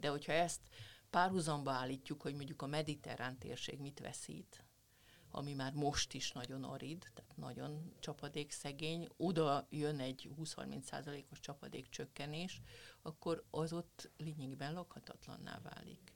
De hogyha ezt párhuzamba állítjuk, hogy mondjuk a mediterrán térség mit veszít, ami már most is nagyon arid, tehát nagyon csapadékszegény, oda jön egy 20-30%-os csapadékcsökkenés, akkor az ott lényegében lakhatatlanná válik.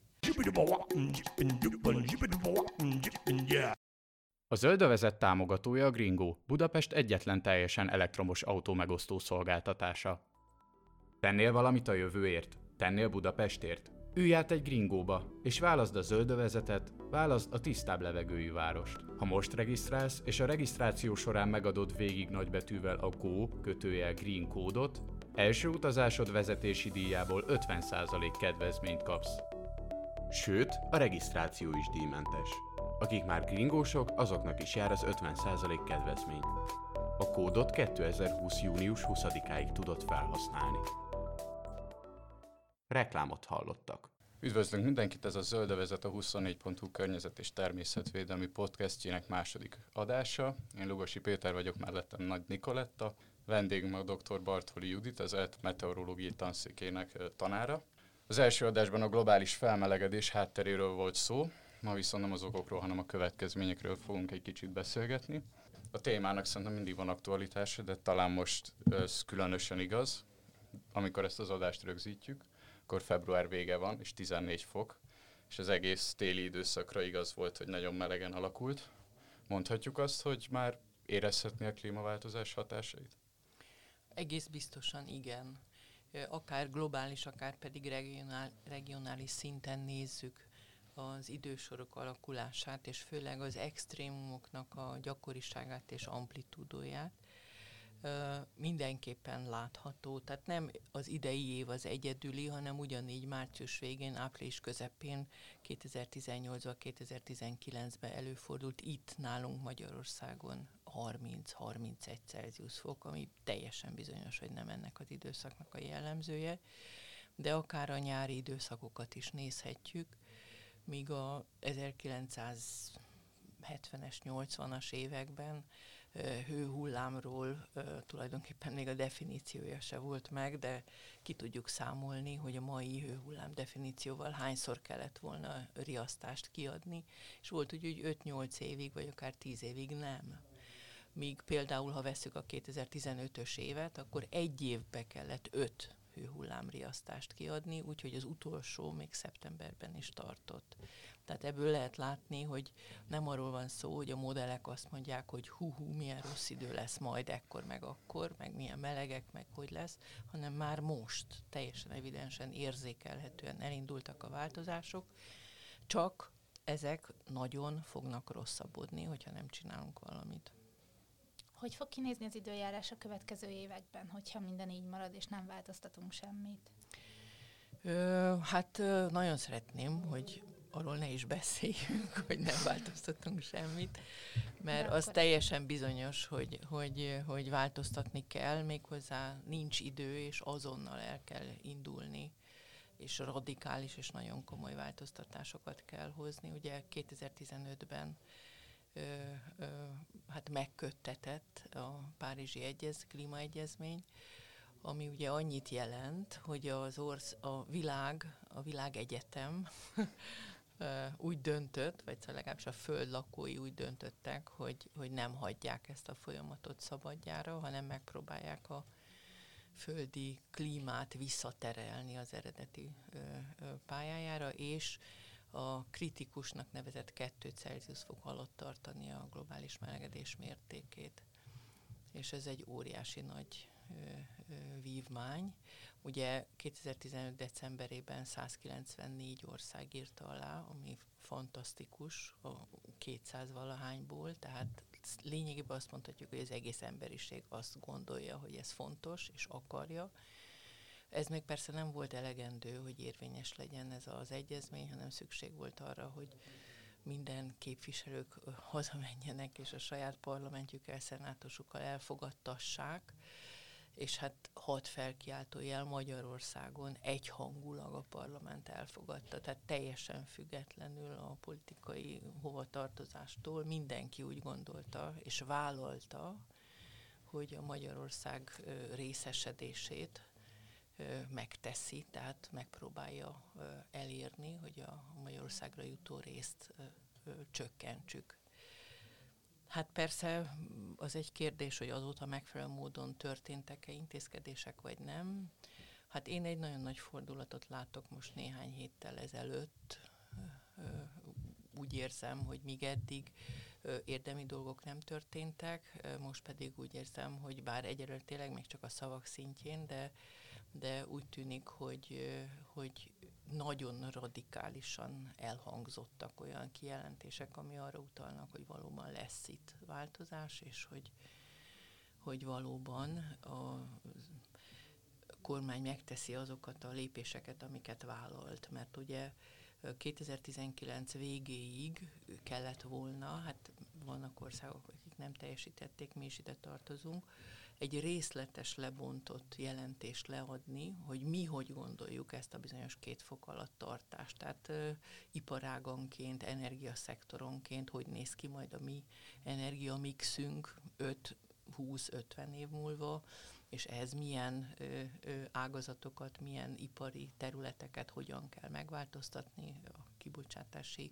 A zöldövezet támogatója a Gringo, Budapest egyetlen teljesen elektromos autómegosztó szolgáltatása. Tennél valamit a jövőért? Tennél Budapestért? Ülj át egy Gringóba, és válaszd a zöldövezetet, válaszd a tisztább levegőjű várost. Ha most regisztrálsz, és a regisztráció során megadod végig nagybetűvel a GO-Green kódot, első utazásod vezetési díjából 50% kedvezményt kapsz. Sőt, a regisztráció is díjmentes. Akik már gringósok, azoknak is jár az 50% kedvezmény. A kódot 2020. június 20-áig tudod felhasználni. Reklámot hallottak. Üdvözlünk mindenkit, ez a Zöldövezet, a 24.hu környezet- és természetvédelmi podcastjének második adása. Én Lugosi Péter vagyok, mellettem Nagy Nikoletta, vendégünk a dr. Bartholi Judit, az ELTE meteorológiai tanszékének tanára. Az első adásban a globális felmelegedés hátteréről volt szó, ma viszont nem az okokról, hanem a következményekről fogunk egy kicsit beszélgetni. A témának szerintem mindig van aktualitása, de talán most ez különösen igaz, amikor ezt az adást rögzítjük, akkor február vége van, és 14 fok, és az egész téli időszakra igaz volt, hogy nagyon melegen alakult. Mondhatjuk azt, hogy már érezhetné a klímaváltozás hatásait? Egész biztosan igen. Akár globális, akár pedig regionális szinten nézzük az idősorok alakulását, és főleg az extrémumoknak a gyakoriságát és amplitúdóját. Mindenképpen látható, tehát nem az idei év az egyedüli, hanem ugyanígy március végén, április közepén 2018-ban, 2019-ben előfordult itt nálunk Magyarországon 30-31 Celsius fok, ami teljesen bizonyos, hogy nem ennek az időszaknak a jellemzője, de akár a nyári időszakokat is nézhetjük, míg a 1970-es, 80-as években hőhullámról tulajdonképpen még a definíciója se volt meg, de ki tudjuk számolni, hogy a mai hőhullám definícióval hányszor kellett volna riasztást kiadni, és volt úgy, hogy 5-8 évig, vagy akár 10 évig nem. Míg például, ha vesszük a 2015-ös évet, akkor egy évbe kellett 5 hőhullámriasztást kiadni, úgyhogy az utolsó még szeptemberben is tartott. Tehát ebből lehet látni, hogy nem arról van szó, hogy a modellek azt mondják, hogy milyen rossz idő lesz majd ekkor, meg milyen melegek, meg hogy lesz, hanem már most teljesen evidensen érzékelhetően elindultak a változások, csak ezek nagyon fognak rosszabbodni, hogyha nem csinálunk valamit. Hogy fog kinézni az időjárás a következő években, hogyha minden így marad, és nem változtatunk semmit? Nagyon szeretném, hogy arról ne is beszéljünk, hogy nem változtatunk semmit, mert az teljesen bizonyos, hogy változtatni kell, méghozzá nincs idő, és azonnal el kell indulni, és radikális és nagyon komoly változtatásokat kell hozni. Ugye 2015-ben megköttetett a Párizsi klímaegyezmény, ami ugye annyit jelent, hogy a világegyetem úgy döntött, vagy legalábbis a föld lakói úgy döntöttek, hogy nem hagyják ezt a folyamatot szabadjára, hanem megpróbálják a földi klímát visszaterelni az eredeti pályájára, és a kritikusnak nevezett 2 Celsius fok alatt tartani a globális melegedés mértékét. És ez egy óriási nagy vívmány. Ugye 2015. decemberében 194 ország írta alá, ami fantasztikus, a 200 valahányból, tehát lényegében azt mondhatjuk, hogy az egész emberiség azt gondolja, hogy ez fontos, és akarja. Ez még persze nem volt elegendő, hogy érvényes legyen ez az egyezmény, hanem szükség volt arra, hogy minden képviselők hazamenjenek, és a saját parlamentjükkel, szenátusukkal elfogadtassák, és hát 6 felkiáltójel Magyarországon egyhangulag a parlament elfogadta, tehát teljesen függetlenül a politikai hovatartozástól mindenki úgy gondolta, és vállalta, hogy a Magyarország részesedését megteszi, tehát megpróbálja elérni, hogy a Magyarországra jutó részt csökkentsük. Hát persze az egy kérdés, hogy azóta megfelelő módon történtek-e intézkedések, vagy nem. Hát én egy nagyon nagy fordulatot látok most néhány héttel ezelőtt. Úgy érzem, hogy míg eddig érdemi dolgok nem történtek, most pedig úgy érzem, hogy bár egyelőre tényleg még csak a szavak szintjén, de úgy tűnik, hogy nagyon radikálisan elhangzottak olyan kijelentések, ami arra utalnak, hogy valóban lesz itt változás, és hogy valóban a kormány megteszi azokat a lépéseket, amiket vállalt. Mert ugye 2019 végéig kellett volna, hát vannak országok, akik nem teljesítették, mi is ide tartozunk, egy részletes, lebontott jelentést leadni, hogy mi hogy gondoljuk ezt a bizonyos 2 fok alatt tartást. Tehát iparáganként, energiaszektoronként, hogy néz ki majd a mi energiamixünk 5-20-50 év múlva, és ez milyen ágazatokat, milyen ipari területeket hogyan kell megváltoztatni, a kibocsátási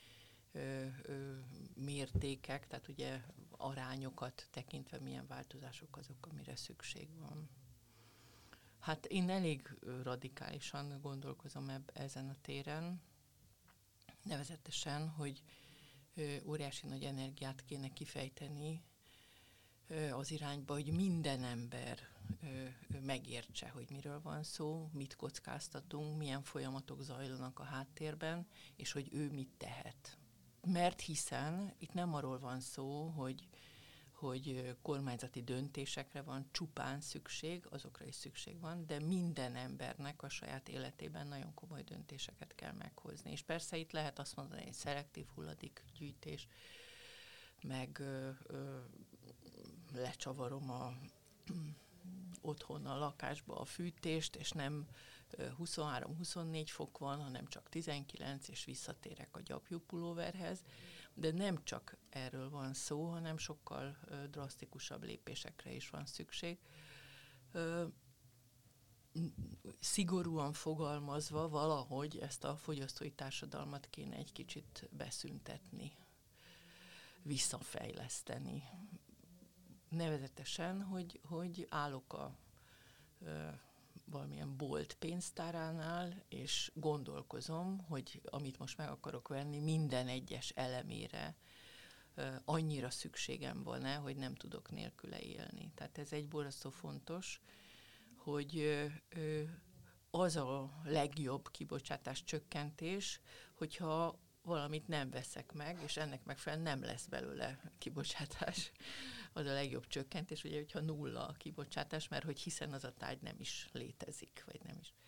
mértékek, tehát ugye arányokat tekintve milyen változások azok, amire szükség van. Hát én elég radikálisan gondolkozom ezen a téren, nevezetesen, hogy óriási nagy energiát kéne kifejteni az irányba, hogy minden ember megértse, hogy miről van szó, mit kockáztatunk, milyen folyamatok zajlanak a háttérben, és hogy ő mit tehet. Mert hiszen itt nem arról van szó, hogy kormányzati döntésekre van csupán szükség, azokra is szükség van, de minden embernek a saját életében nagyon komoly döntéseket kell meghozni. És persze itt lehet azt mondani, hogy szelektív hulladékgyűjtés, meg lecsavarom otthon a lakásba a fűtést, és nem 23-24 fok van, hanem csak 19, és visszatérek a gyapjú pulóverhez. De nem csak erről van szó, hanem sokkal drasztikusabb lépésekre is van szükség. Szigorúan fogalmazva valahogy ezt a fogyasztói társadalmat kéne egy kicsit beszüntetni, visszafejleszteni. Nevezetesen, hogy állok a valamilyen bolt pénztáránál, és gondolkozom, hogy amit most meg akarok venni, minden egyes elemére annyira szükségem van-e, hogy nem tudok nélküle élni. Tehát ez egy borzasztó fontos, hogy az a legjobb kibocsátás csökkentés, hogyha valamit nem veszek meg, és ennek megfelelően nem lesz belőle kibocsátás. Az a legjobb csökkentés, ugye, hogyha nulla a kibocsátás, mert hogy hiszen az a tárgy nem is létezik, vagy nem is.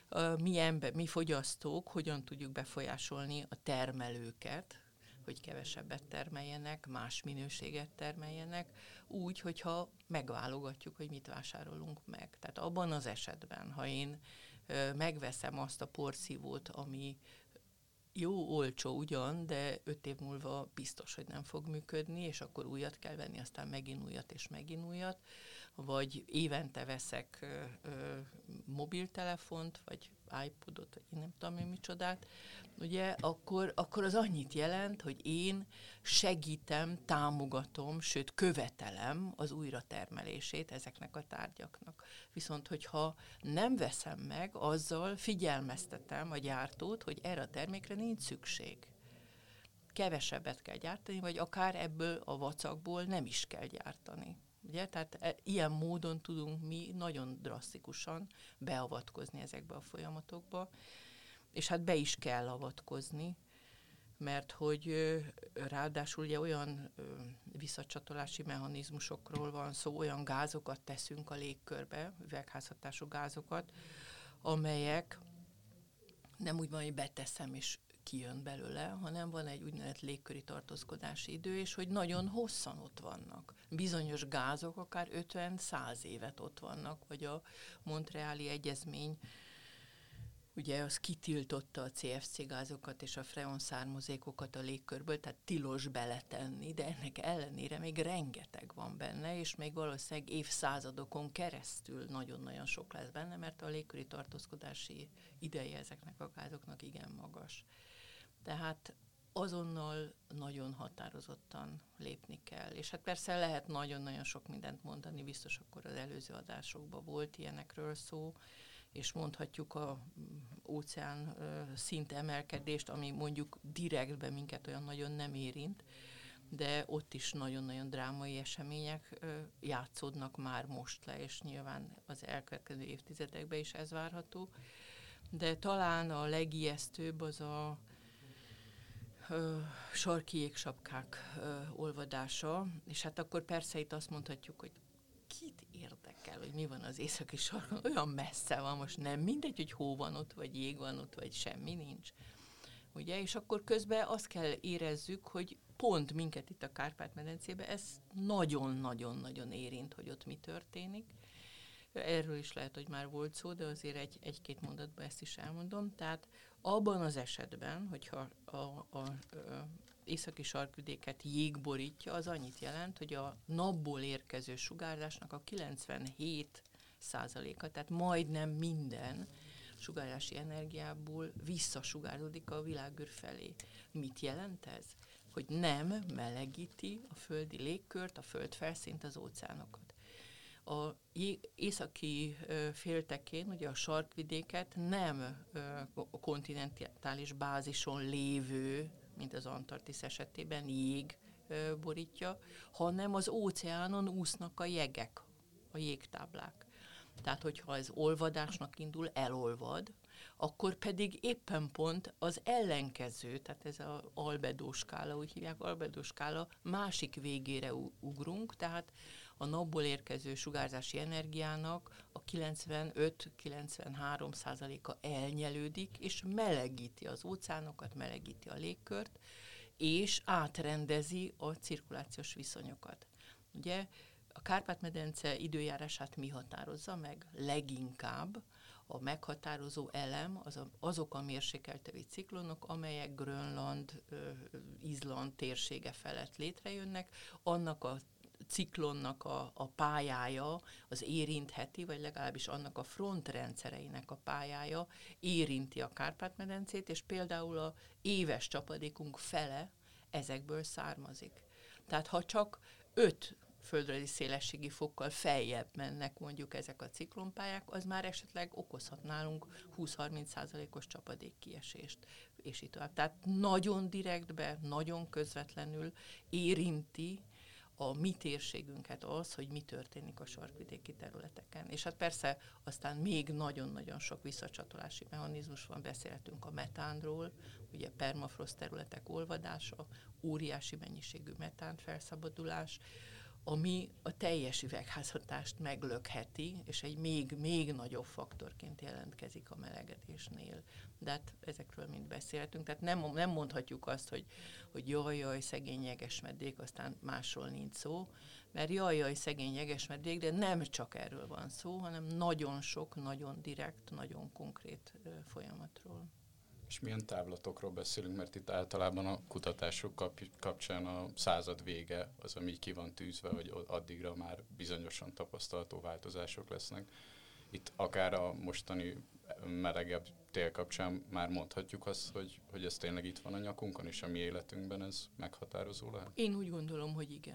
Mi fogyasztók hogyan tudjuk befolyásolni a termelőket, hogy kevesebbet termeljenek, más minőséget termeljenek, úgy, hogyha megválogatjuk, hogy mit vásárolunk meg. Tehát abban az esetben, ha én megveszem azt a porszívót, ami jó, olcsó ugyan, de 5 év múlva biztos, hogy nem fog működni, és akkor újat kell venni, aztán megint újat, és megint újat. Vagy évente veszek mobiltelefont, vagy iPodot, vagy én nem tudom én micsodát, ugye, akkor az annyit jelent, hogy én segítem, támogatom, sőt követelem az újratermelését ezeknek a tárgyaknak. Viszont, hogyha nem veszem meg, azzal figyelmeztetem a gyártót, hogy erre a termékre nincs szükség. Kevesebbet kell gyártani, vagy akár ebből a vacakból nem is kell gyártani. Ugye? Tehát ilyen módon tudunk mi nagyon drasztikusan beavatkozni ezekbe a folyamatokba, és hát be is kell avatkozni, mert hogy ráadásul ugye olyan visszacsatolási mechanizmusokról van szó, olyan gázokat teszünk a légkörbe, üvegházhatású gázokat, amelyek nem úgy van, hogy beteszem és kijön belőle, hanem van egy úgynevezett légköri tartózkodási idő, és hogy nagyon hosszan ott vannak. Bizonyos gázok akár 50-100 évet ott vannak, vagy a Montreali Egyezmény ugye az kitiltotta a CFC gázokat és a freon származékokat a légkörből, tehát tilos beletenni, de ennek ellenére még rengeteg van benne, és még valószínűleg évszázadokon keresztül nagyon-nagyon sok lesz benne, mert a légköri tartózkodási ideje ezeknek a gázoknak igen magas. Tehát azonnal nagyon határozottan lépni kell. És hát persze lehet nagyon-nagyon sok mindent mondani, biztos akkor az előző adásokban volt ilyenekről szó, és mondhatjuk a óceán szint emelkedést, ami mondjuk direktben minket olyan nagyon nem érint, de ott is nagyon-nagyon drámai események játszódnak már most le, és nyilván az elkövetkező évtizedekben is ez várható. De talán a legijesztőbb az a sarki jégsapkák olvadása, és hát akkor persze itt azt mondhatjuk, hogy kit érdekel, hogy mi van az északi sarkon, olyan messze van, most nem mindegy, hogy hó van ott, vagy jég van ott, vagy semmi nincs. Ugye? És akkor közben azt kell érezzük, hogy pont minket itt a Kárpát-medencében ez nagyon-nagyon-nagyon érint, hogy ott mi történik. Erről is lehet, hogy már volt szó, de azért egy-két mondatban ezt is elmondom. Tehát abban az esetben, hogyha a északi sarkvidéket jég borítja, az annyit jelent, hogy a napból érkező sugárzásnak a 97%-a, tehát majdnem minden sugárzási energiából visszasugárzódik a világűr felé. Mit jelent ez? Hogy nem melegíti a földi légkört, a földfelszínt, az óceánokat. A északi féltekén, ugye a sarkvidéket nem kontinentális bázison lévő, mint az Antarktisz esetében jég borítja, hanem az óceánon úsznak a jegek, a jégtáblák. Tehát, hogyha ez olvadásnak indul, elolvad, akkor pedig éppen pont az ellenkező, tehát ez az albedo skála, úgy hívják, albedo skála másik végére ugrunk, tehát a napból érkező sugárzási energiának a 95-93%-a elnyelődik, és melegíti az óceánokat, melegíti a légkört, és átrendezi a cirkulációs viszonyokat. Ugye a Kárpát-medence időjárását mi határozza meg? Leginkább a meghatározó elem azok a mérsékelteli ciklonok, amelyek Grönland, Izland térsége felett létrejönnek, annak a ciklonnak a pályája az érintheti, vagy legalábbis annak a frontrendszereinek a pályája érinti a Kárpát-medencét, és például a éves csapadékunk fele ezekből származik. Tehát ha csak 5 földrajzi szélességi fokkal feljebb mennek mondjuk ezek a ciklonpályák, az már esetleg okozhat nálunk 20-30%-os csapadékkiesést, és így tovább. Tehát nagyon direktbe, nagyon közvetlenül érinti a mi térségünket az, hogy mi történik a sarkvidéki területeken. És hát persze aztán még nagyon-nagyon sok visszacsatolási mechanizmus van, beszélhetünk a metánról, ugye permafrost területek olvadása, óriási mennyiségű metán felszabadulás, ami a teljes üvegházhatást meglökheti, és egy még nagyobb faktorként jelentkezik a melegedésnél. De hát ezekről mind beszélhetünk, tehát nem mondhatjuk azt, hogy jaj, szegény jegesmedvék, aztán másról nincs szó, mert jaj, szegény jegesmedvék, de nem csak erről van szó, hanem nagyon sok, nagyon direkt, nagyon konkrét folyamatról. És milyen távlatokról beszélünk, mert itt általában a kutatások kapcsán a század vége az, ami ki van tűzve, hogy addigra már bizonyosan tapasztalható változások lesznek. Itt akár a mostani melegebb tél kapcsán már mondhatjuk azt, hogy ez tényleg itt van a nyakunkon, és a mi életünkben ez meghatározó lehet? Én úgy gondolom,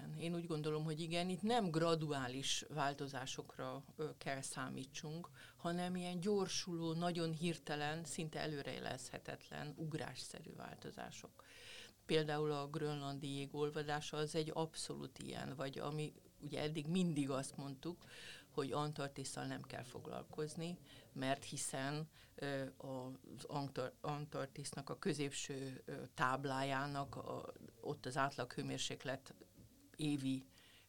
hogy igen. Itt nem graduális változásokra kell számítsunk, hanem ilyen gyorsuló, nagyon hirtelen, szinte előrejelezhetetlen, ugrásszerű változások. Például a grönlandi jég olvadása az egy abszolút ilyen, vagy ami ugye eddig mindig azt mondtuk, hogy Antarktisszal nem kell foglalkozni, mert hiszen az Antarktisznak a középső táblájának ott az átlag hőmérséklet évi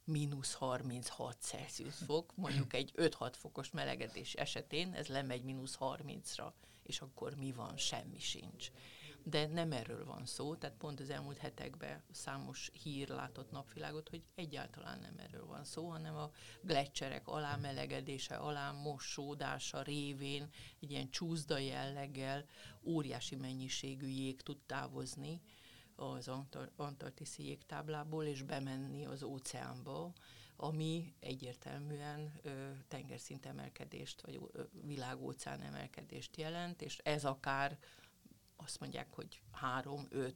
-36 Celsius fok, mondjuk egy 5-6 fokos melegedés esetén ez lemegy -30-ra, és akkor mi van? Semmi sincs. de nem erről van szó, tehát pont az elmúlt hetekben számos hír látott napvilágot, hogy egyáltalán nem erről van szó, hanem a gleccserek alámelegedése, alámosódása révén egy ilyen csúszda jelleggel óriási mennyiségű jég tud távozni az antarktiszi jégtáblából, és bemenni az óceánba, ami egyértelműen tengerszint emelkedést, vagy világóceán emelkedést jelent, és ez akár azt mondják, hogy 3-5-6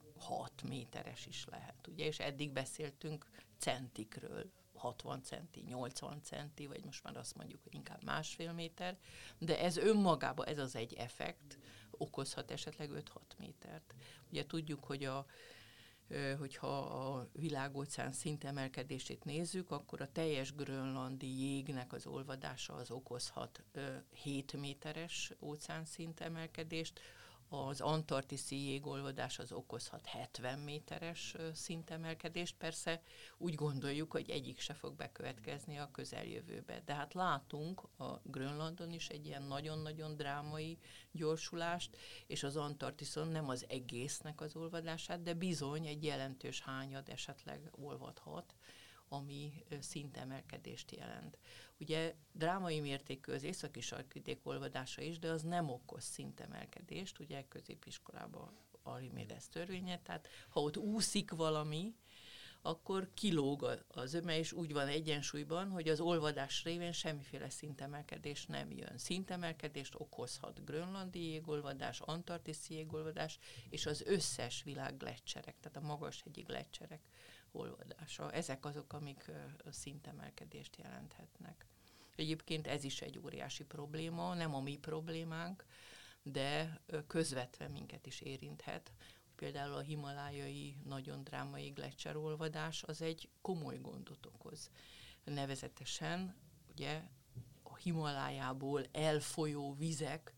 méteres is lehet, ugye, és eddig beszéltünk centikről, 60 centi, 80 centi, vagy most már azt mondjuk, hogy inkább 1,5 méter, de ez önmagában, ez az egy effekt, okozhat esetleg 5-6 métert. Ugye tudjuk, hogy hogyha a világóceán szintemelkedését nézzük, akkor a teljes grönlandi jégnek az olvadása az okozhat 7 méteres óceánszintemelkedést, az antarktiszi jégolvadás az okozhat 70 méteres szintemelkedést. Persze úgy gondoljuk, hogy egyik se fog bekövetkezni a közeljövőbe. De hát látunk a Grönlandon is egy ilyen nagyon-nagyon drámai gyorsulást, és az Antarktiszon nem az egésznek az olvadását, de bizony egy jelentős hányad esetleg olvadhat, ami szintemelkedést jelent. Ugye drámai mértékű az északi sarkvidék olvadása is, de az nem okoz szintemelkedést, ugye középiskolában Archimédes törvénye, tehát ha ott úszik valami, akkor kilóg az öme, és úgy van egyensúlyban, hogy az olvadás révén semmiféle szintemelkedés nem jön. Szintemelkedést okozhat grönlandi jégolvadás, antarktiszi jégolvadás, és az összes világ gleccserek, tehát a magashegyi gleccserek olvadása. Ezek azok, amik szintemelkedést jelenthetnek. Egyébként ez is egy óriási probléma, nem a mi problémánk, de közvetve minket is érinthet. Például a himalájai nagyon drámai gleccserolvadás az egy komoly gondot okoz. Nevezetesen ugye a Himalájából elfolyó vizek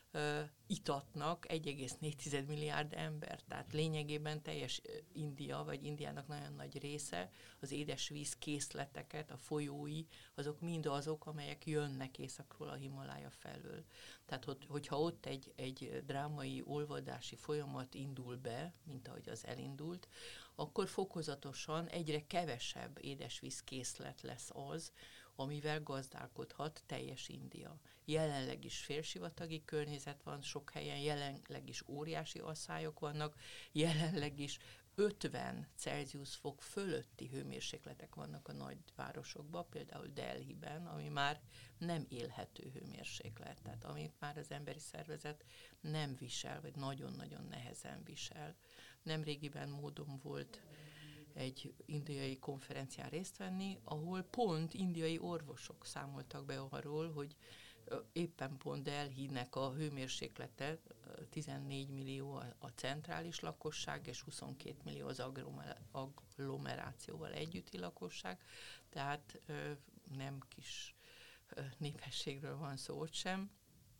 itatnak 1,4 milliárd ember, tehát lényegében teljes India, vagy Indiának nagyon nagy része az édesvíz készleteket, a folyói, azok mind azok, amelyek jönnek északról a Himalája felől. Tehát, hogyha ott egy drámai olvadási folyamat indul be, mint ahogy az elindult, akkor fokozatosan egyre kevesebb édesvíz készlet lesz az, amivel gazdálkodhat teljes India. Jelenleg is félsivatagi környezet van, sok helyen jelenleg is óriási asszályok vannak, jelenleg is 50 Celsius fok fölötti hőmérsékletek vannak a nagyvárosokban, például Delhiben, ami már nem élhető hőmérséklet, tehát amit már az emberi szervezet nem visel, vagy nagyon-nagyon nehezen visel. Nemrégiben módom volt egy indiai konferencián részt venni, ahol pont indiai orvosok számoltak be arról, hogy éppen pont Delhinek a hőmérséklete 14 millió a centrális lakosság, és 22 millió az agglomerációval együtti lakosság, tehát nem kis népességről van szó ott sem,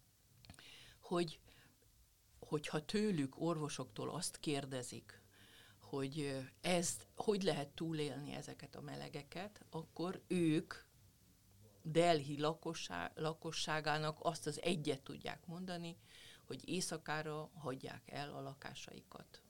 hogyha tőlük, orvosoktól azt kérdezik, hogy hogy lehet túlélni ezeket a melegeket, akkor ők Delhi lakosságának azt az egyet tudják mondani, hogy éjszakára hagyják el a lakásaikat.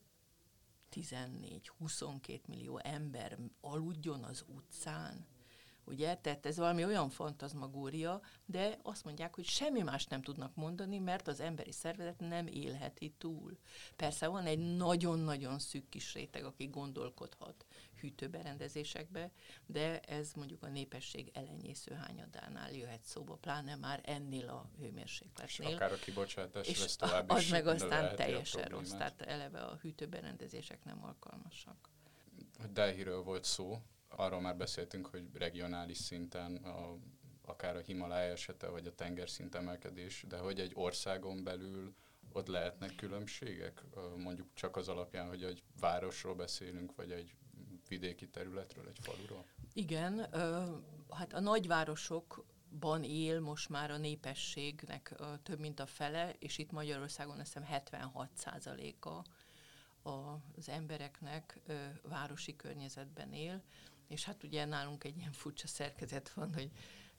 14-22 millió ember aludjon az utcán. Ugye? Tehát ez valami olyan fantazmagória, de azt mondják, hogy semmi más nem tudnak mondani, mert az emberi szervezet nem élheti túl. Persze van egy nagyon-nagyon szűk kis réteg, aki gondolkodhat hűtőberendezésekbe, de ez mondjuk a népesség elenyésző hányadánál jöhet szóba, pláne már ennél a hőmérsékletnél. És akár a kibocsátás és lesz tovább az is meg aztán teljesen a rossz, tehát eleve a hűtőberendezések nem alkalmasak. Delhiről volt szó, arról már beszéltünk, hogy regionális szinten akár a Himalája esete, vagy a tengerszint emelkedés, de hogy egy országon belül ott lehetnek különbségek? Mondjuk csak az alapján, hogy egy városról beszélünk, vagy egy vidéki területről, egy faluról? Igen, hát a nagyvárosokban él most már a népességnek több mint a fele, és itt Magyarországon azt hiszem 76%-a az embereknek városi környezetben él, és hát ugye nálunk egy ilyen furcsa szerkezet van, hogy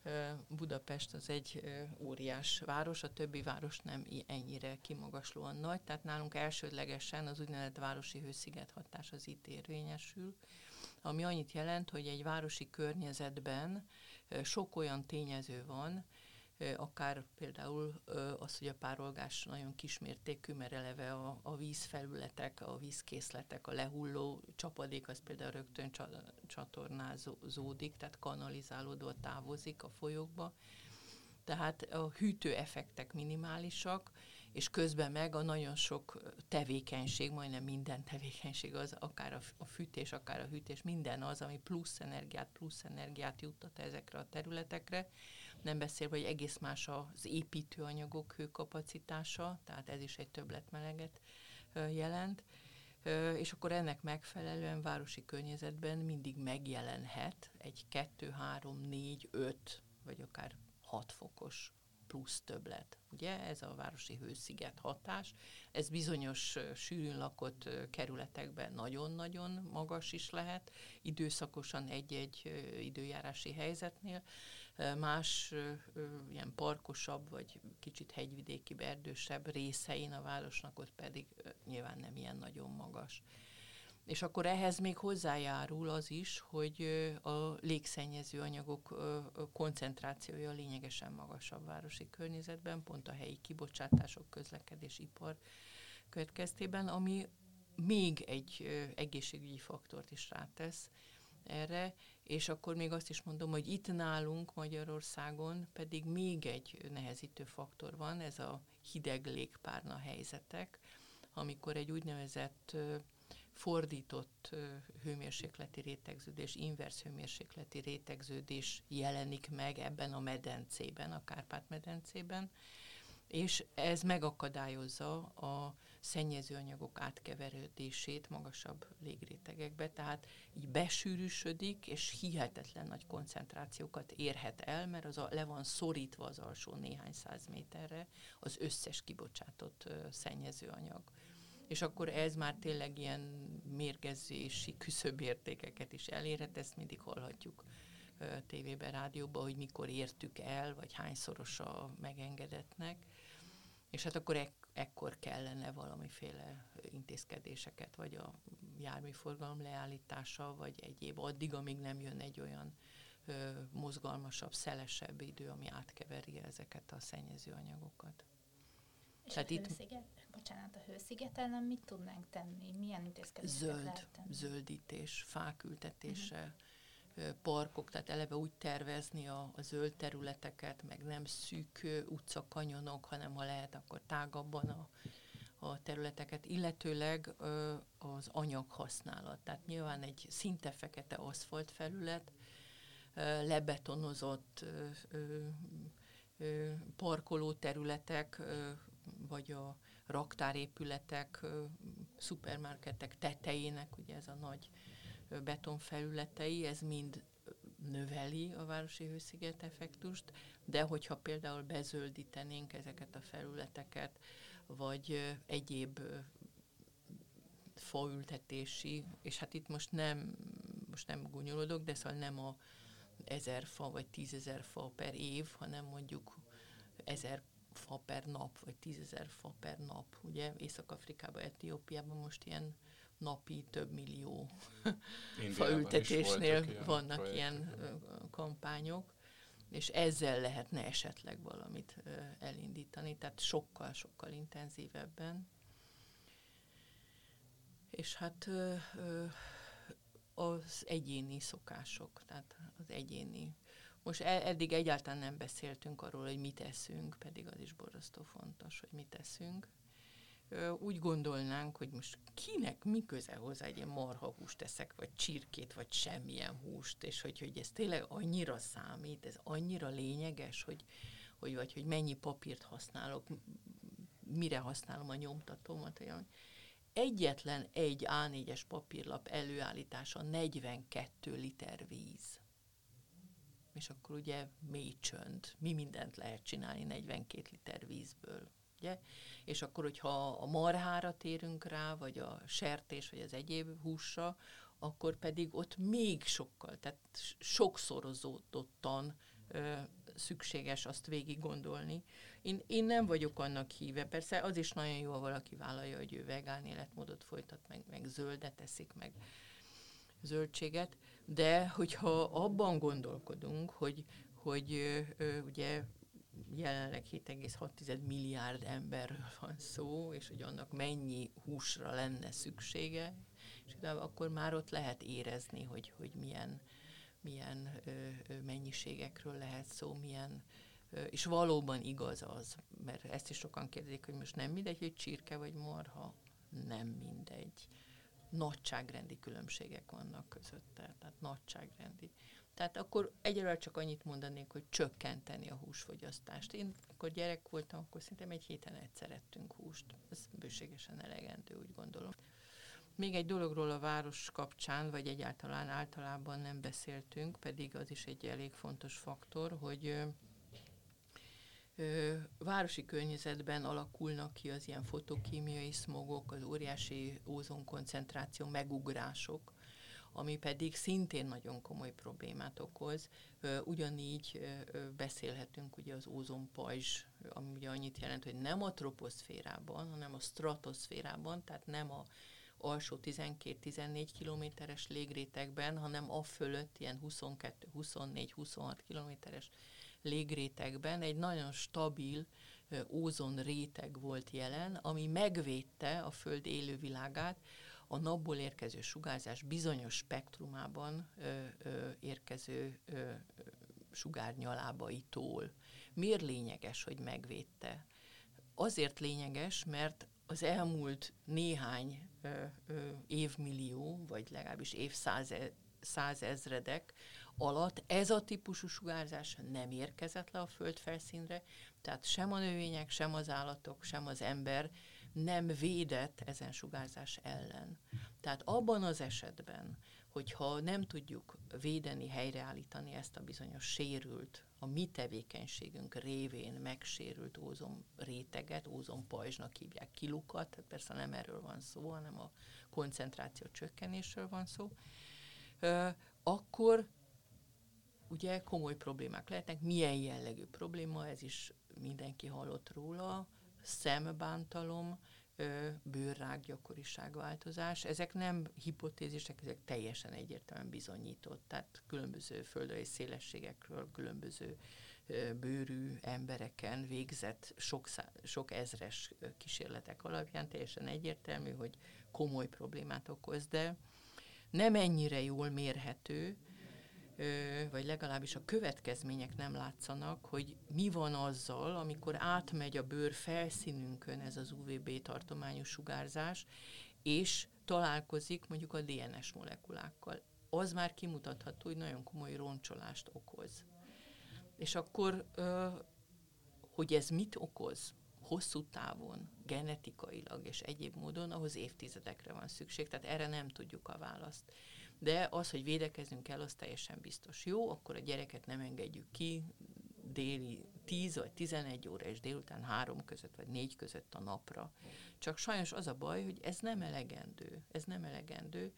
Budapest az egy óriás város, a többi város nem ennyire kimagaslóan nagy, tehát nálunk elsődlegesen az úgynevezett városi hősziget hatás az itt érvényesül, ami annyit jelent, hogy egy városi környezetben sok olyan tényező van, akár például az, hogy a párolgás nagyon kismértékű, mert eleve a vízfelületek, a vízkészletek, a lehulló csapadék, az például rögtön csatornázódik, tehát kanalizálódva távozik a folyókba. Tehát a hűtő effektek minimálisak, és közben meg a nagyon sok tevékenység, majdnem minden tevékenység az, akár a fűtés, akár a hűtés, minden az, ami plusz energiát juttat ezekre a területekre. Nem beszélve, hogy egész más az építőanyagok hőkapacitása, tehát ez is egy többletmeleget jelent. És akkor ennek megfelelően városi környezetben mindig megjelenhet egy 2, 3, 4, 5 vagy akár 6 fokos plusz többlet. Ugye ez a városi hősziget hatás. Ez bizonyos sűrűn lakott kerületekben nagyon-nagyon magas is lehet, időszakosan egy-egy időjárási helyzetnél. Más ilyen parkosabb, vagy kicsit hegyvidékibb, erdősebb részein a városnak ott pedig nyilván nem ilyen nagyon magas. És akkor ehhez még hozzájárul az is, hogy a légszennyező anyagok koncentrációja lényegesen magasabb városi környezetben, pont a helyi kibocsátások, közlekedés, ipar következtében, ami még egy egészségügyi faktort is rátesz erre, és akkor még azt is mondom, hogy itt nálunk Magyarországon pedig még egy nehezítő faktor van, ez a hideg légpárna helyzetek, amikor egy úgynevezett fordított hőmérsékleti rétegződés, inverz hőmérsékleti rétegződés jelenik meg ebben a medencében, a Kárpát-medencében, és ez megakadályozza a szennyezőanyagok átkeverődését magasabb légrétegekbe, tehát így besűrűsödik, és hihetetlen nagy koncentrációkat érhet el, mert le van szorítva az alsó néhány száz méterre az összes kibocsátott szennyezőanyag. És akkor ez már tényleg ilyen mérgezési küszöbértékeket is elérhet, ezt mindig hallhatjuk tévében, rádióban, hogy mikor értük el, vagy hányszoros a megengedettnek. És hát akkor ekkor kellene valamiféle intézkedéseket, vagy a járműforgalom leállítása, vagy egyéb, addig, amíg nem jön egy olyan mozgalmasabb, szelesebb idő, ami átkeveri ezeket a szennyezőanyagokat. És tehát a hősziget ellen mit tudnánk tenni? Milyen intézkedéseket lehet tenni? Zöldítés, fák ültetése, parkok, tehát eleve úgy tervezni a zöld területeket, meg nem szűk utcakanyonok, hanem ha lehet, akkor tágabban a területeket, illetőleg az anyaghasználat. Tehát nyilván egy szinte fekete aszfalt felület, lebetonozott parkolóterületek, vagy a raktárépületek, szupermarketek tetejének, ugye ez a nagy betonfelületei, ez mind növeli a városi hősziget effektust, de hogyha például bezöldítenénk ezeket a felületeket, vagy egyéb faültetési, és hát itt most nem gúnyolódok, de szóval nem a 1000 fa vagy 10 000 fa per év, hanem mondjuk 1000 fa per nap, vagy 10 000 fa per nap. Ugye Észak-Afrikában, Etiópiában most ilyen napi több millió faültetésnél vannak ilyen kampányok, és ezzel lehetne esetleg valamit elindítani, tehát sokkal intenzívebben. És hát az egyéni szokások, tehát az egyéni. Most eddig egyáltalán nem beszéltünk arról, hogy mit eszünk, pedig az is borzasztó fontos, hogy mit eszünk. Úgy gondolnánk, hogy most kinek mi köze hozzá, egy ilyen marhahúst eszek, vagy csirkét, vagy semmilyen húst, és hogy ez tényleg annyira számít, ez annyira lényeges, hogy mennyi papírt használok, mire használom a nyomtatómat. Egyetlen egy A4-es papírlap előállítása 42 liter víz. És akkor ugye mély csönd. Mi mindent lehet csinálni 42 liter vízből. Ugye? És akkor, hogyha a marhára térünk rá, vagy a sertés, vagy az egyéb húsra, akkor pedig ott még sokkal, tehát sokszorozódottan szükséges azt végig gondolni. Én nem vagyok annak híve. Persze az is nagyon jó, ha valaki vállalja, hogy ő vegán életmódot folytat, meg zöldet eszik, meg zöldséget, de hogyha abban gondolkodunk, hogy ugye jelenleg 7,6 milliárd emberről van szó, és hogy annak mennyi húsra lenne szüksége, és akkor már ott lehet érezni, hogy milyen mennyiségekről lehet szó, és valóban igaz az, mert ezt is sokan kérdezik, hogy most nem mindegy, hogy csirke vagy marha, nem mindegy. Nagyságrendi különbségek vannak közötte, tehát nagyságrendi. Tehát akkor egyelőre csak annyit mondanék, hogy csökkenteni a húsfogyasztást. Én akkor gyerek voltam, akkor szerintem egy héten egyszer ettünk húst. Ez bőségesen elegendő, úgy gondolom. Még egy dologról a város kapcsán, vagy egyáltalán általában nem beszéltünk, pedig az is egy elég fontos faktor, hogy városi környezetben alakulnak ki az ilyen fotokémiai szmogok, az óriási ózonkoncentráció megugrások, ami pedig szintén nagyon komoly problémát okoz. Ugyanígy beszélhetünk ugye az ózonpajzs, ami ugye annyit jelent, hogy nem a troposzférában, hanem a stratoszférában, tehát nem a alsó 12-14 kilométeres légrétegben, hanem a fölött ilyen 22, 24, 26 kilométeres légrétegben egy nagyon stabil ózonréteg volt jelen, ami megvédte a Föld élővilágát a napból érkező sugárzás bizonyos spektrumában érkező sugárnyalábaitól. Miért lényeges, hogy megvédte? Azért lényeges, mert az elmúlt néhány évmillió, vagy legalábbis évszázezredek alatt ez a típusú sugárzás nem érkezett le a Föld felszínre, tehát sem a növények, sem az állatok, sem az ember nem védett ezen sugárzás ellen. Tehát abban az esetben, hogyha nem tudjuk védeni, helyreállítani ezt a bizonyos sérült, a mi tevékenységünk révén megsérült ózonréteget, ózonpajzsnak hívják, kilukat, tehát persze nem erről van szó, hanem a koncentráció csökkenésről van szó, akkor ugye komoly problémák lehetnek. Milyen jellegű probléma, ez is mindenki hallott róla, szembántalom, bőrrák gyakoriságváltozás. Ezek nem hipotézisek, ezek teljesen egyértelműen bizonyított. Tehát különböző földrajzi szélességekről, különböző bőrű embereken végzett sok ezres kísérletek alapján teljesen egyértelmű, hogy komoly problémát okoz, de nem ennyire jól mérhető, vagy legalábbis a következmények nem látszanak, hogy mi van azzal, amikor átmegy a bőr felszínünkön ez az UVB tartományú sugárzás, és találkozik mondjuk a DNS molekulákkal. Az már kimutatható, hogy nagyon komoly roncsolást okoz. És akkor, hogy ez mit okoz? Hosszú távon, genetikailag és egyéb módon, ahhoz évtizedekre van szükség, tehát erre nem tudjuk a választ. De az, hogy védekeznünk kell, az teljesen biztos. Jó, akkor a gyereket nem engedjük ki déli 10 vagy 11 óra és délután 3 között vagy 4 között a napra. Csak sajnos az a baj, hogy ez nem elegendő. Ez nem elegendő.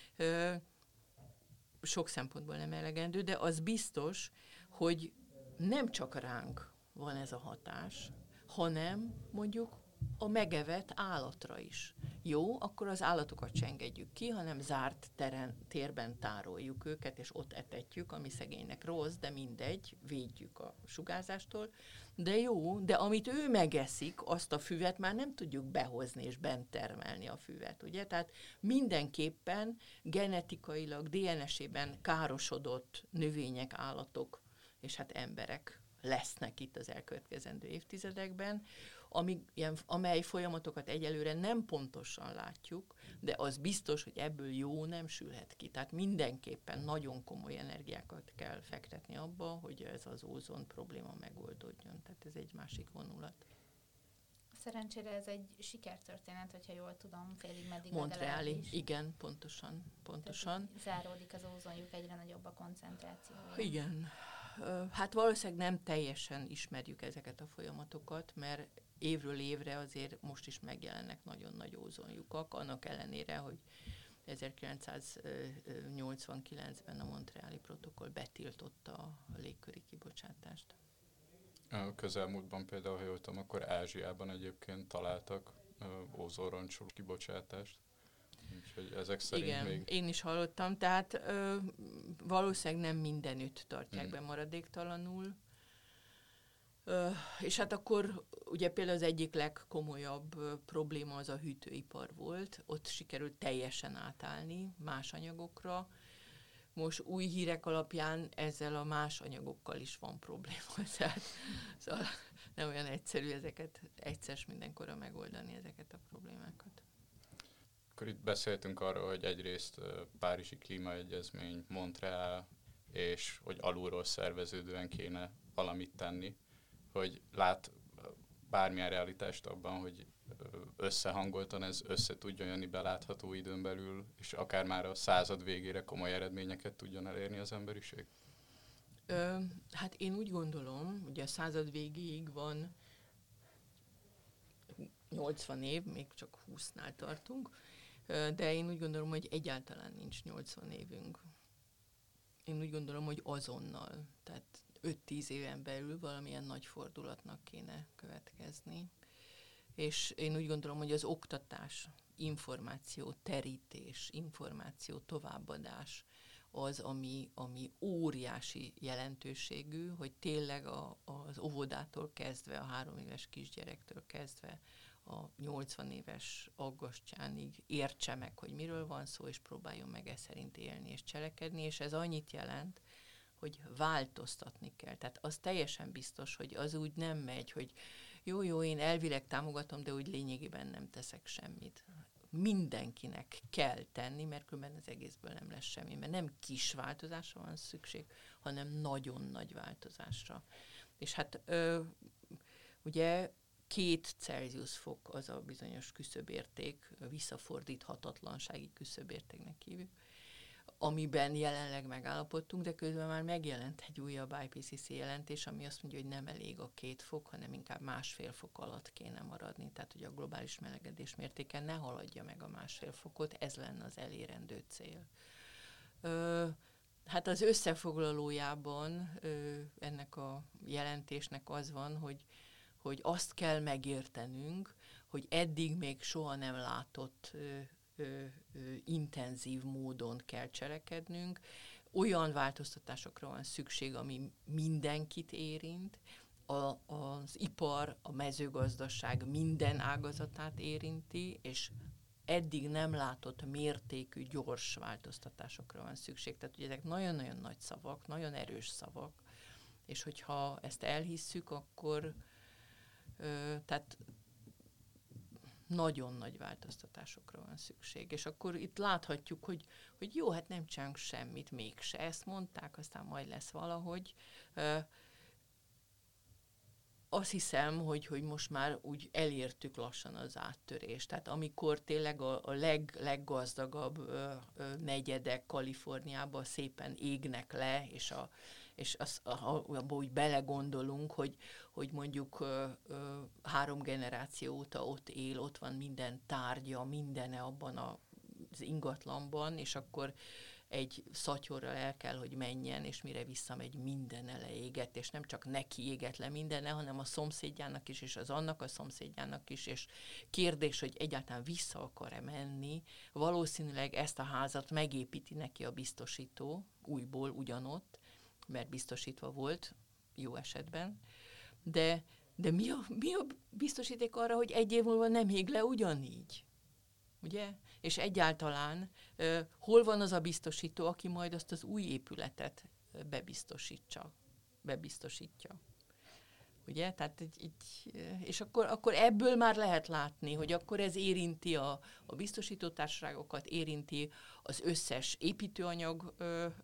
Sok szempontból nem elegendő, de az biztos, hogy nem csak ránk van ez a hatás, hanem mondjuk a megevett állatra is. Jó, akkor az állatokat se engedjük ki, hanem zárt térben tároljuk őket, és ott etetjük, ami szegénynek rossz, de mindegy, védjük a sugárzástól. De jó, de amit ő megeszik, azt a füvet már nem tudjuk behozni és bent termelni a füvet, ugye? Tehát mindenképpen genetikailag, DNS-ében károsodott növények, állatok és hát emberek lesznek itt az elkövetkezendő évtizedekben, amely folyamatokat egyelőre nem pontosan látjuk, de az biztos, hogy ebből jó nem sülhet ki. Tehát mindenképpen nagyon komoly energiákat kell fektetni abba, hogy ez az ózon probléma megoldódjon. Tehát ez egy másik vonulat. Szerencsére ez egy sikertörténet, hogyha jól tudom, félig meddig Montreali, igen, pontosan. Tehát záródik az ózonjuk, egyre nagyobb a koncentráció. Igen. Hát valószínűleg nem teljesen ismerjük ezeket a folyamatokat, mert évről évre azért most is megjelennek nagyon nagy ózonlyukak, annak ellenére, hogy 1989-ben a Montreali protokoll betiltotta a légköri kibocsátást. A közelmúltban például, ha jól tudom, akkor Ázsiában egyébként találtak ózonroncsoló kibocsátást. Úgyhogy ezek szerint igen, még... én is hallottam, tehát valószínűleg nem mindenütt tartják be maradéktalanul. És hát akkor ugye például az egyik legkomolyabb probléma az a hűtőipar volt, ott sikerült teljesen átállni más anyagokra. Most új hírek alapján ezzel a más anyagokkal is van probléma, tehát szóval nem olyan egyszerű ezeket egyszer mindenkorra megoldani ezeket a problémákat. Akkor itt beszéltünk arról, hogy egyrészt Párizsi Klímaegyezmény, Montreal, és hogy alulról szerveződően kéne valamit tenni, hogy lát bármilyen realitást abban, hogy összehangoltan ez össze tudjon jönni belátható időn belül, és akár már a század végére komoly eredményeket tudjon elérni az emberiség? Hát én úgy gondolom, ugye a század végéig van 80 év, még csak 20-nál tartunk, de én úgy gondolom, hogy egyáltalán nincs 80 évünk. Én úgy gondolom, hogy azonnal, tehát 5-10 éven belül valamilyen nagy fordulatnak kéne következni. És én úgy gondolom, hogy az oktatás, információ terítés, információ továbbadás az, ami óriási jelentőségű, hogy tényleg az óvodától kezdve, a 3 éves kisgyerektől kezdve a 80 éves aggastyánig értse meg, hogy miről van szó, és próbáljon meg e szerint élni és cselekedni, és ez annyit jelent, hogy változtatni kell. Tehát az teljesen biztos, hogy az úgy nem megy, hogy jó, én elvileg támogatom, de úgy lényegében nem teszek semmit. Mindenkinek kell tenni, mert különben az egészből nem lesz semmi, mert nem kis változásra van szükség, hanem nagyon nagy változásra. És hát ugye 2 Celsius fok az a bizonyos küszöbérték, visszafordíthatatlansági küszöbértéknek hívjuk, amiben jelenleg megállapodtunk, de közben már megjelent egy újabb IPCC jelentés, ami azt mondja, hogy nem elég a 2 fok, hanem inkább 1,5 fok alatt kéne maradni, tehát hogy a globális melegedés mértéke ne haladja meg a 1,5 fokot, ez lenne az elérendő cél. Hát az összefoglalójában ennek a jelentésnek az van, hogy azt kell megértenünk, hogy eddig még soha nem látott intenzív módon kell cselekednünk. Olyan változtatásokra van szükség, ami mindenkit érint, az ipar, a mezőgazdaság minden ágazatát érinti, és eddig nem látott mértékű, gyors változtatásokra van szükség. Tehát ugye ezek nagyon-nagyon nagy szavak, nagyon erős szavak, és hogyha ezt elhisszük, akkor tehát nagyon nagy változtatásokra van szükség. És akkor itt láthatjuk, hogy jó, hát nem csinálunk semmit, mégse. Ezt mondták, aztán majd lesz valahogy. Azt hiszem, hogy most már úgy elértük lassan az áttörést. Tehát amikor tényleg a leggazdagabb negyedek Kaliforniában szépen égnek le, és abba úgy belegondolunk, hogy mondjuk 3 generáció óta ott él, ott van minden tárgya, mindene abban az ingatlanban, és akkor egy szatyorral el kell, hogy menjen, és mire visszamegy, mindene leégett, és nem csak neki égett le mindene, hanem a szomszédjának is, és az annak a szomszédjának is, és kérdés, hogy egyáltalán vissza akar-e menni, valószínűleg ezt a házat megépíti neki a biztosító, újból ugyanott, mert biztosítva volt, jó esetben, de mi a biztosíték arra, hogy 1 év múlva nem ég le ugyanígy? Ugye? És egyáltalán hol van az a biztosító, aki majd azt az új épületet bebiztosítja? Ugye? Tehát és akkor ebből már lehet látni, hogy akkor ez érinti a biztosítótársaságokat, érinti az összes építőanyag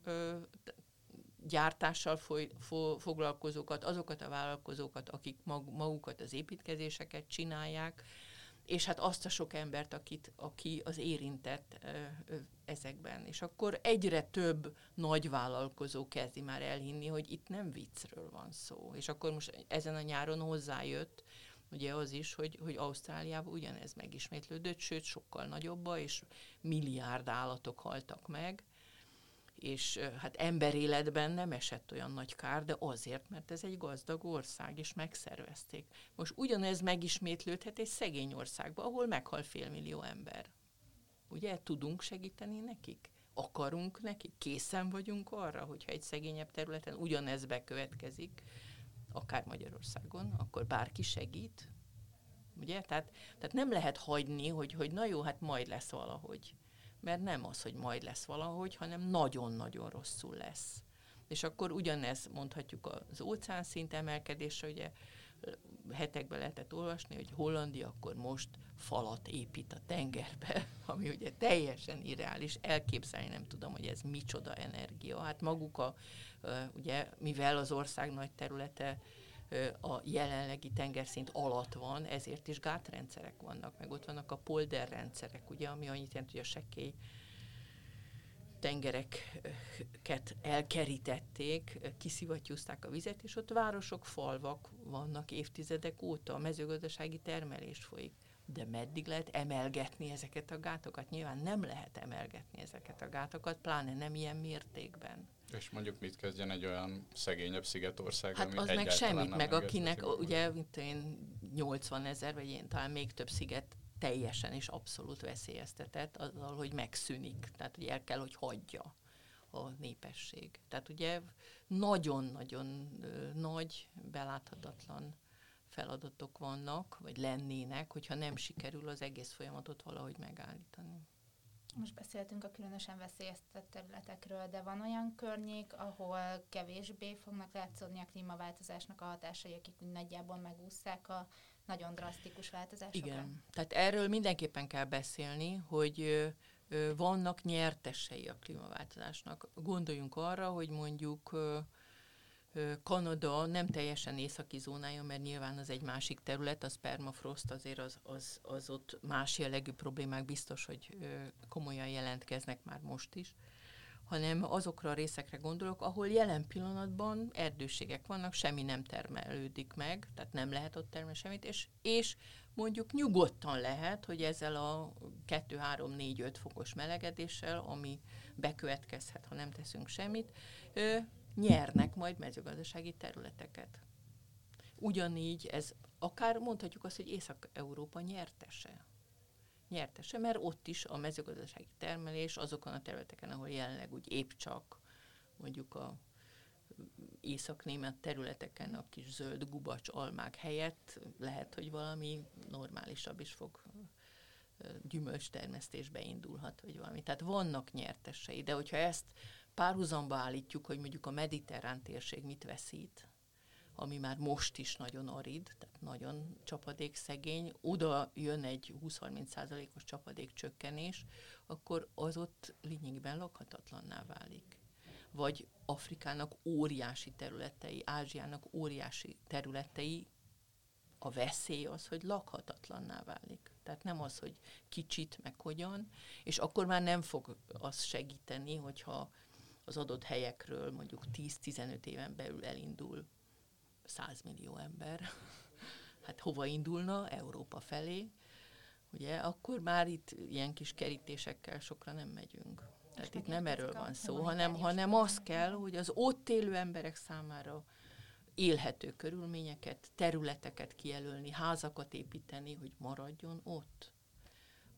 gyártással foglalkozókat, azokat a vállalkozókat, akik magukat az építkezéseket csinálják, és hát azt a sok embert, aki az érintett ezekben. És akkor egyre több nagy vállalkozó kezdi már elhinni, hogy itt nem viccről van szó. És akkor most ezen a nyáron hozzájött ugye az is, hogy Ausztráliában ugyanez megismétlődött, sőt sokkal nagyobba, és milliárd állatok haltak meg. és hát emberéletben nem esett olyan nagy kár, de azért, mert ez egy gazdag ország, és megszervezték. Most ugyanez megismétlődhet egy szegény országban, ahol meghal 500 000 ember. Ugye, tudunk segíteni nekik? Akarunk nekik? Készen vagyunk arra, hogyha egy szegényebb területen ugyanez bekövetkezik, akár Magyarországon, akkor bárki segít? Ugye? Tehát nem lehet hagyni, hogy na jó, hát majd lesz valahogy. Mert nem az, hogy majd lesz valahogy, hanem nagyon-nagyon rosszul lesz. És akkor ugyanez mondhatjuk az óceánszint emelkedésre, ugye hetekben lehetett olvasni, hogy Hollandia akkor most falat épít a tengerbe, ami ugye teljesen irreális, elképzelni nem tudom, hogy ez micsoda energia. Hát maguk ugye, mivel az ország nagy területe a jelenlegi tengerszint alatt van, ezért is gátrendszerek vannak, meg ott vannak a polderrendszerek, ugye, ami annyit jelent, hogy a sekkély tengereket elkerítették, kiszivattyúzták a vizet, és ott városok, falvak vannak évtizedek óta, a mezőgazdasági termelés folyik. De meddig lehet emelgetni ezeket a gátokat? Nyilván nem lehet emelgetni ezeket a gátokat, pláne nem ilyen mértékben. És mondjuk mit kezdjen egy olyan szegényebb szigetország, hát ami az meg semmit, meg akinek ugye 80 000, vagy én talán még több sziget teljesen és abszolút veszélyeztetett azzal, hogy megszűnik. Tehát, hogy el kell, hogy hagyja a népesség. Tehát ugye nagyon-nagyon nagy, beláthatatlan feladatok vannak, vagy lennének, hogyha nem sikerül az egész folyamatot valahogy megállítani. Most beszéltünk a különösen veszélyeztetett területekről, de van olyan környék, ahol kevésbé fognak látszódni a klímaváltozásnak a hatásai, akik úgy nagyjából megússzák a nagyon drasztikus változásokat? Igen, tehát erről mindenképpen kell beszélni, hogy vannak nyertesei a klímaváltozásnak. Gondoljunk arra, hogy mondjuk Kanada nem teljesen északi zónája, mert nyilván az egy másik terület, az permafrost, azért az ott más jellegű problémák biztos, hogy komolyan jelentkeznek már most is, hanem azokra a részekre gondolok, ahol jelen pillanatban erdőségek vannak, semmi nem termelődik meg, tehát nem lehet ott termelni semmit, és mondjuk nyugodtan lehet, hogy ezzel a 2-3-4-5 fokos melegedéssel, ami bekövetkezhet, ha nem teszünk semmit, nyernek majd mezőgazdasági területeket. Ugyanígy ez, akár mondhatjuk azt, hogy Észak-Európa nyertese, mert ott is a mezőgazdasági termelés azokon a területeken, ahol jelenleg úgy épp csak mondjuk a észak-német területeken a kis zöld gubacs almák helyett lehet, hogy valami normálisabb is fog gyümölcstermesztésbe indulhat, vagy valami. Tehát vannak nyertesei, de hogyha ezt párhuzamba állítjuk, hogy mondjuk a mediterrán térség mit veszít, ami már most is nagyon arid, tehát nagyon csapadékszegény, oda jön egy 20-30%-os csapadékcsökkenés, akkor az ott lényegében lakhatatlanná válik. Vagy Afrikának óriási területei, Ázsiának óriási területei, a veszély az, hogy lakhatatlanná válik. Tehát nem az, hogy kicsit, meg hogyan, és akkor már nem fog az segíteni, hogyha az adott helyekről mondjuk 10-15 éven belül elindul 100 millió ember. Hát hova indulna? Európa felé. Ugye, akkor már itt ilyen kis kerítésekkel sokra nem megyünk. Tehát itt nem erről van szó, hanem az kell, hogy az ott élő emberek számára élhető körülményeket, területeket kijelölni, házakat építeni, hogy maradjon ott.